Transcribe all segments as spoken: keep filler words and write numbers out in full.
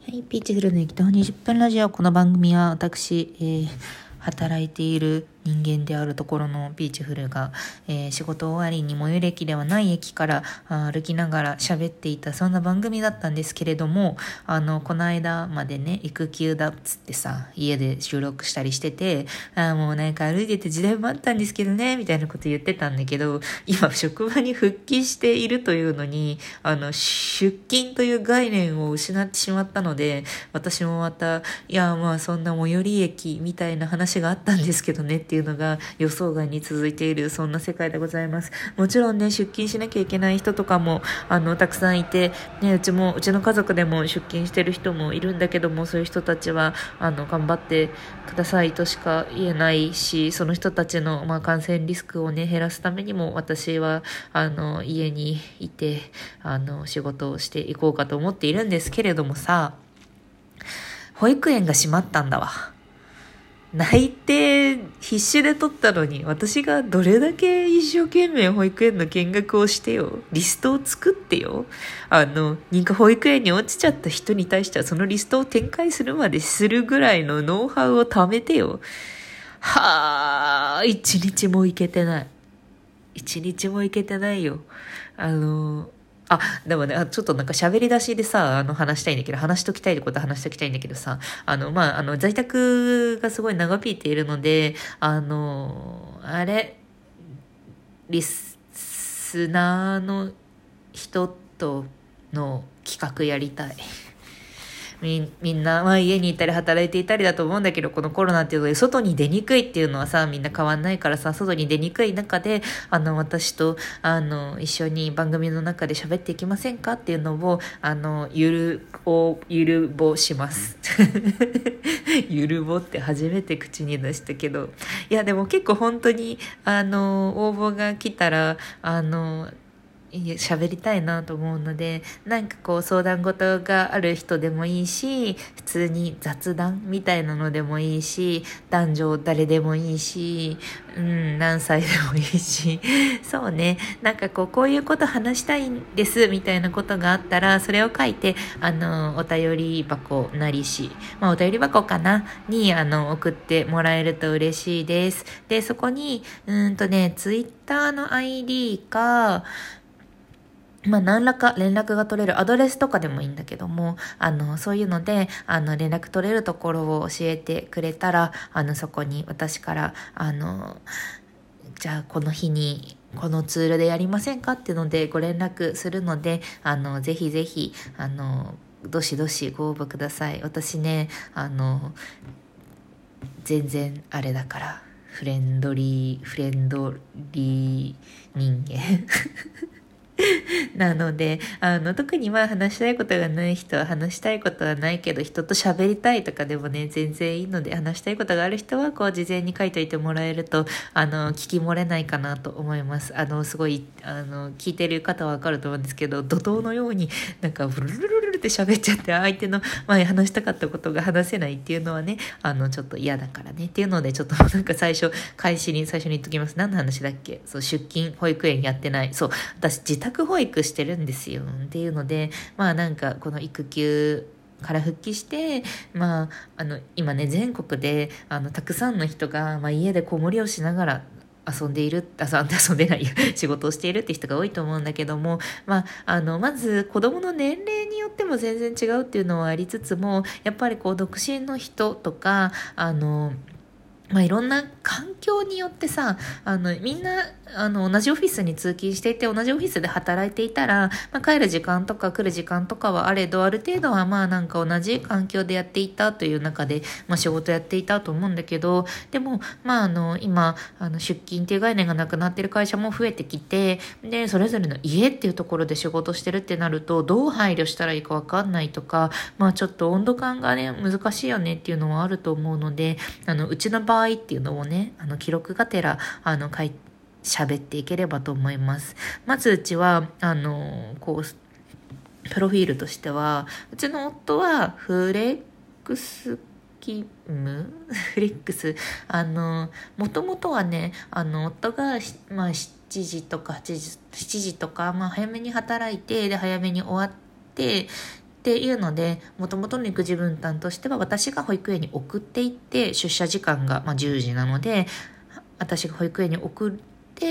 はい、ピーチフルの適当にじゅっぷんラジオ。この番組は私、えー、働いている人間であるところのピーチフルが、えー、仕事終わりに最寄り駅ではない駅から歩きながら喋っていた、そんな番組だったんですけれども、あのこの間までね、育休だっつってさ、家で収録したりしてて、あもうなんか歩いてて時代もあったんですけどねみたいなこと言ってたんだけど、今職場に復帰しているというのに、あの出勤という概念を失ってしまったので、私もまた、いやまあそんな最寄り駅みたいな話があったんですけどねっていうのが予想外に続いている、そんな世界でございます。もちろんね、出勤しなきゃいけない人とかもあのたくさんいて、ね、うちもうちの家族でも出勤してる人もいるんだけども、そういう人たちはあの頑張ってくださいとしか言えないし、その人たちの、まあ、感染リスクをね減らすためにも、私はあの家にいてあの仕事をしていこうかと思っているんですけれどもさ、保育園が閉まったんだわ。内定必死で取ったのに、私がどれだけ一生懸命保育園の見学をしてよ、リストを作ってよ、あのなんか保育園に落ちちゃった人に対してはそのリストを展開するまでするぐらいのノウハウを貯めてよ。はあ、一日も行けてない一日も行けてないよ。あのあ、でもね、あちょっとなんか喋り出しでさ、あの話したいんだけど、話しときたいこと話しときたいんだけどさ、あの、まあ、あの、在宅がすごい長引いているので、あの、あれ、リスナーの人との企画やりたい。み, みんな、まあ、家にいたり働いていたりだと思うんだけど、このコロナっていうので外に出にくいっていうのはさ、みんな変わんないからさ、外に出にくい中で、あの私とあの一緒に番組の中で喋っていきませんかっていうのを、あのゆるおゆるぼしますゆるぼって初めて口に出したけど、いやでも結構本当にあの応募が来たら、あの喋りたいなと思うので、なんかこう相談事がある人でもいいし、普通に雑談みたいなのでもいいし、男女誰でもいいし、うん、何歳でもいいし、そうね、なんかこうこういうこと話したいんですみたいなことがあったら、それを書いて、あのお便り箱なりし、まあお便り箱かなにあの送ってもらえると嬉しいです。で、そこにうんとね、ツイッターの アイディー か、まあ何らか連絡が取れるアドレスとかでもいいんだけども、あのそういうのであの連絡取れるところを教えてくれたら、あのそこに私からあのじゃあこの日にこのツールでやりませんかっていうのでご連絡するので、あのぜひぜひあのどしどしご応募ください。私ね、あの全然あれだから、フレンドリーフレンドリー人間なので、あの特にまあ話したいことがない人は話したいことはないけど、人と喋りたいとかでもね全然いいので、話したいことがある人はこう事前に書いといてもらえると、あの聞き漏れないかなと思います。あのすごいあの聞いてる方はわかると思うんですけど、怒涛のようになんかブルルルルルって喋っちゃって、相手の前話したかったことが話せないっていうのはね、あのちょっと嫌だからねっていうので、ちょっとなんか最初開始に最初に言っときます。何の話だっけ。そう、出勤保育園やってない。そう、私自宅保育してるんですよっていうので、まあなんかこの育休から復帰して、まああの今ね全国であのたくさんの人が、まあ、家で子守りをしながら遊んでいる遊んで遊んでない仕事をしているって人が多いと思うんだけども、まあ、あのまず子どもの年齢によっても全然違うっていうのはありつつも、やっぱりこう独身の人とかあのまあ、いろんな環境によってさ、あのみんなあの同じオフィスに通勤していて、同じオフィスで働いていたら、まあ、帰る時間とか来る時間とかはあれど、ある程度はまあなんか同じ環境でやっていたという中で、まあ、仕事やっていたと思うんだけど、でも、まあ、あの今あの出勤っていう概念がなくなっている会社も増えてきて、でそれぞれの家っていうところで仕事してるってなると、どう配慮したらいいか分かんないとか、まあ、ちょっと温度感がね難しいよねっていうのはあると思うので、あのうちの場合っていうのをね、あの記録がてらあの書い喋っていければと思います。まずうちはあのこうプロフィールとしては、うちの夫はフレックス勤務フレックスあのもともとはね、あの夫が、まあ、しちじとかはちじしちじとか、まあ、早めに働いて、で早めに終わってっていうので、もともとの育児分担としては私が保育園に送っていって、出社時間がまあじゅうじなので、私が保育園に送って、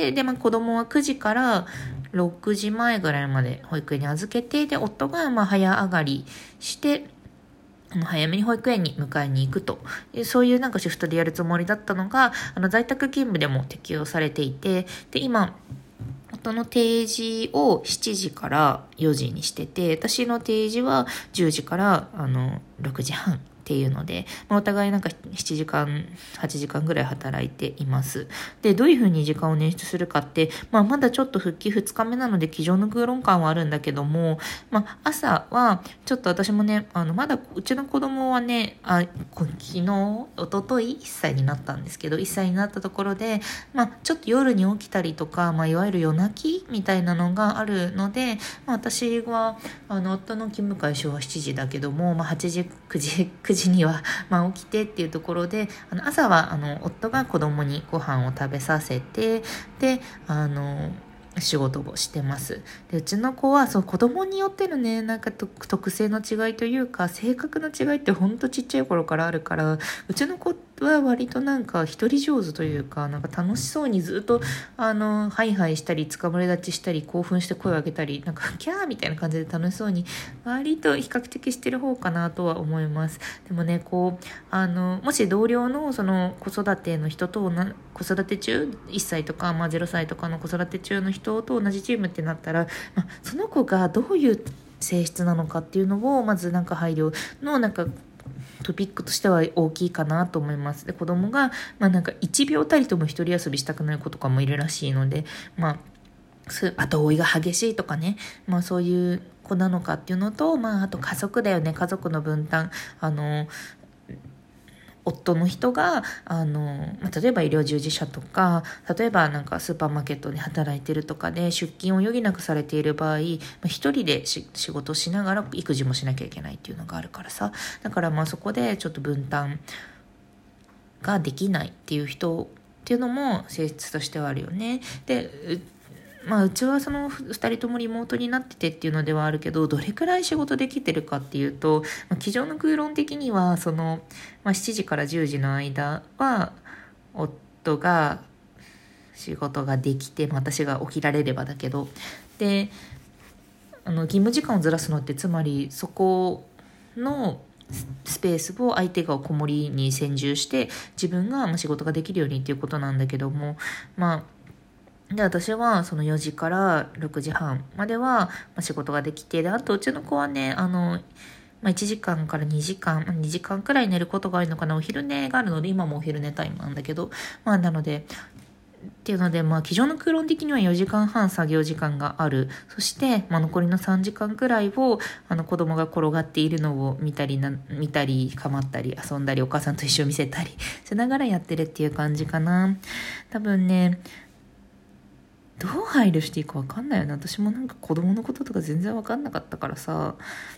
で、まあ、子供はくじからろくじまえぐらいまで保育園に預けて、で、夫がまあ早上がりして、早めに保育園に迎えに行くと。そういうなんかシフトでやるつもりだったのが、あの在宅勤務でも適用されていて、で、今、夫の定時をしちじからよじにしてて、私の定時はじゅうじからあのろくじはんっていうので、まあ、お互いなんかしちじかん、はちじかんぐらい働いています。で、どういうふうに時間を捻出するかって、まあ、まだちょっと復帰ふつかめなので、机上の空論感はあるんだけども、まあ、朝は、ちょっと私もね、あの、まだ、うちの子供はね、あ、昨日、一昨日いっさいになったんですけど、いっさいになったところで、まあ、ちょっと夜に起きたりとか、まあ、いわゆる夜泣きみたいなのがあるので、まあ、私は、あの、夫の勤務開始はしちじだけども、まあ、はちじ、くじ、くじには、まあ、起きてっていうところで、あの朝はあの夫が子供にご飯を食べさせて、で、あの仕事をしてます。で、うちの子はそう子供によってのね、なんか特性の違いというか、性格の違いってほんとちっちゃい頃からあるから、うちの子は割となんか一人上手というか、なんか楽しそうにずっとあのハイハイしたり、つかまり立ちしたり、興奮して声を上げたり、なんかキャーみたいな感じで楽しそうに割と比較的してる方かなとは思います。でもね、こうあのもし同僚のその子育ての人とな子育て中いっさいとか、まあ、ゼロさいとかの子育て中の人と同じチームってなったら、まあ、その子がどういう性質なのかっていうのをまずなんか配慮のなんかトピックとしては大きいかなと思います。で、子供がまあなんかいちびょうたりとも一人遊びしたくない子とかもいるらしいので、まあ後追いが激しいとかね、まあそういう子なのかっていうのと、まああと家族だよね、家族の分担、あの夫の人があの例えば医療従事者とか、例えばなんかスーパーマーケットで働いてるとかで出勤を余儀なくされている場合、一人で仕事しながら育児もしなきゃいけないっていうのがあるからさ、だからまあそこでちょっと分担ができないっていう人っていうのも性質としてはあるよね。でまあ、うちはそのふたりともリモートになっててっていうのではあるけど、どれくらい仕事できてるかっていうと、まあ、机上の空論的にはその、まあ、しちじからじゅうじの間は夫が仕事ができて、私が起きられればだけど、であの義務時間をずらすのって、つまりそこのスペースを相手が子守に専従して自分が仕事ができるようにっていうことなんだけども、まあで、私はそのよじからろくじはんまでは仕事ができて、で、あとうちの子はね、あの、まあ、いちじかんからにじかん、にじかんくらい寝ることがあるのかな。お昼寝があるので、今もお昼寝タイムなんだけど、まあ、なので、っていうので、まあ、机上の空論的にはよじかんはん作業時間がある。そして、まあ、残りのさんじかんくらいを、あの、子供が転がっているのを見たりな、見たり、かまったり、遊んだり、お母さんと一緒に見せたりしながらやってるっていう感じかな。多分ね、どう配慮していいか分かんないよね。私もなんか子供のこととか全然分かんなかったからさ。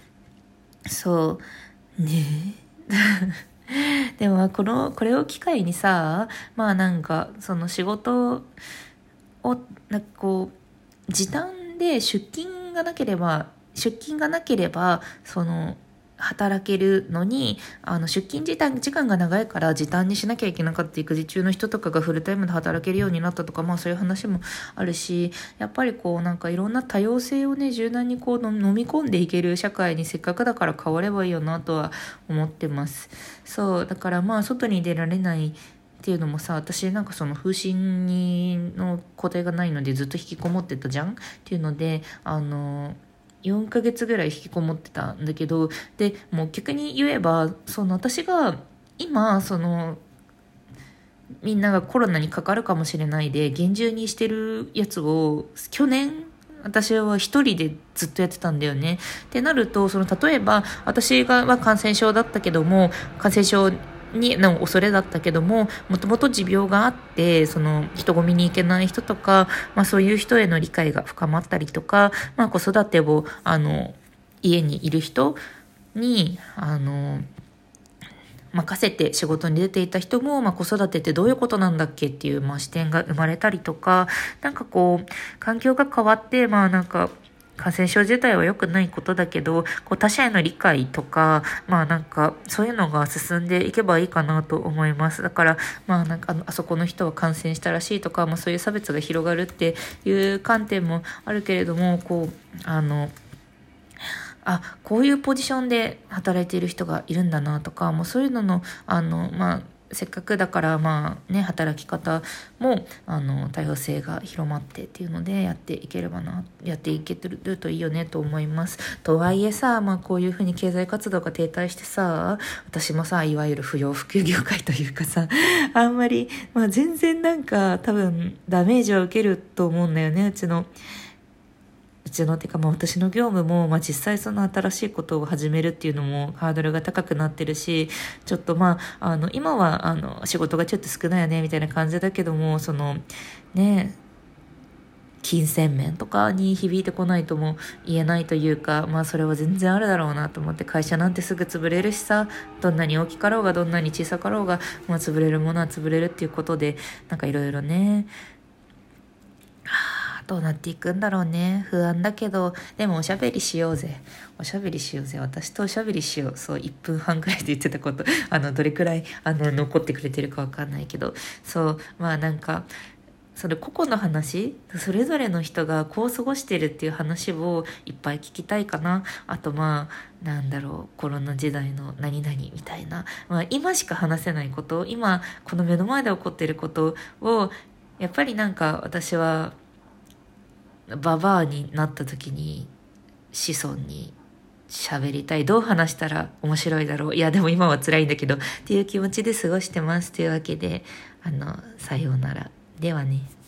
そうねえでもこのこれを機会にさ、まあなんかその仕事をなんかこう時短で出勤がなければ出勤がなければその働けるのに、あの出勤時間時間が長いから時短にしなきゃいけなかった。育児中の人とかがフルタイムで働けるようになったとか、まあそういう話もあるし、やっぱりこうなんかいろんな多様性をね、柔軟にこう飲み込んでいける社会にせっかくだから変わればいいよなとは思ってます。そうだからまあ外に出られないっていうのもさ、私なんかその風疹にの固定がないのでずっと引きこもってたじゃんっていうので、あのよんかげつぐらい引きこもってたんだけど、でもう逆に言えばその私が今そのみんながコロナにかかるかもしれないで厳重にしてるやつを去年私は一人でずっとやってたんだよね。ってなると、その例えば私がは感染症だったけども、感染症にの恐れだったけども、もともと持病があって、その人混みに行けない人とか、まあそういう人への理解が深まったりとか、まあ子育てをあの家にいる人にあの任せて仕事に出ていた人も、まあ、子育てってどういうことなんだっけっていう、まあ、視点が生まれたりとか、なんかこう環境が変わって、まあなんか感染症自体は良くないことだけど、こう他者への理解とか、まあなんかそういうのが進んでいけばいいかなと思います。だからまあなんかあのあそこの人は感染したらしいとか、まあそういう差別が広がるっていう観点もあるけれども、こうあのあこういうポジションで働いている人がいるんだなとか、もうそういうののあのまあせっかくだからまあね働き方もあの多様性が広まってっていうのでやっていければなやっていけてるといいよねと思います。とはいえさ、まあこういうふうに経済活動が停滞してさ、私もさいわゆる不要不急業界というかさあんまり、まあ、全然なんか多分ダメージは受けると思うんだよね。うちのうちのてかまあ私の業務も、まあ、実際その新しいことを始めるっていうのもハードルが高くなってるし、ちょっとまああの今はあの仕事がちょっと少ないよねみたいな感じだけども、そのね金銭面とかに響いてこないとも言えないというか、まあそれは全然あるだろうなと思って、会社なんてすぐ潰れるしさ、どんなに大きかろうがどんなに小さかろうが、まあ、潰れるものは潰れるっていうことで、なんかいろいろねどうなっていくんだろうね。不安だけど、でもおしゃべりしようぜ。おしゃべりしようぜ。私とおしゃべりしよう。そう、いっぷんはんくらいで言ってたこと、あの、どれくらい、あの、残ってくれてるかわかんないけど、そう、まあなんか、それ個々の話、それぞれの人がこう過ごしてるっていう話をいっぱい聞きたいかな。あとまあ、なんだろう、コロナ時代の何々みたいな、まあ今しか話せないこと、今この目の前で起こっていることを、やっぱりなんか私は、ババアになった時に子孫に喋りたい。どう話したら面白いだろう。いやでも今は辛いんだけどっていう気持ちで過ごしてます。というわけで、あの、さようなら。ではね。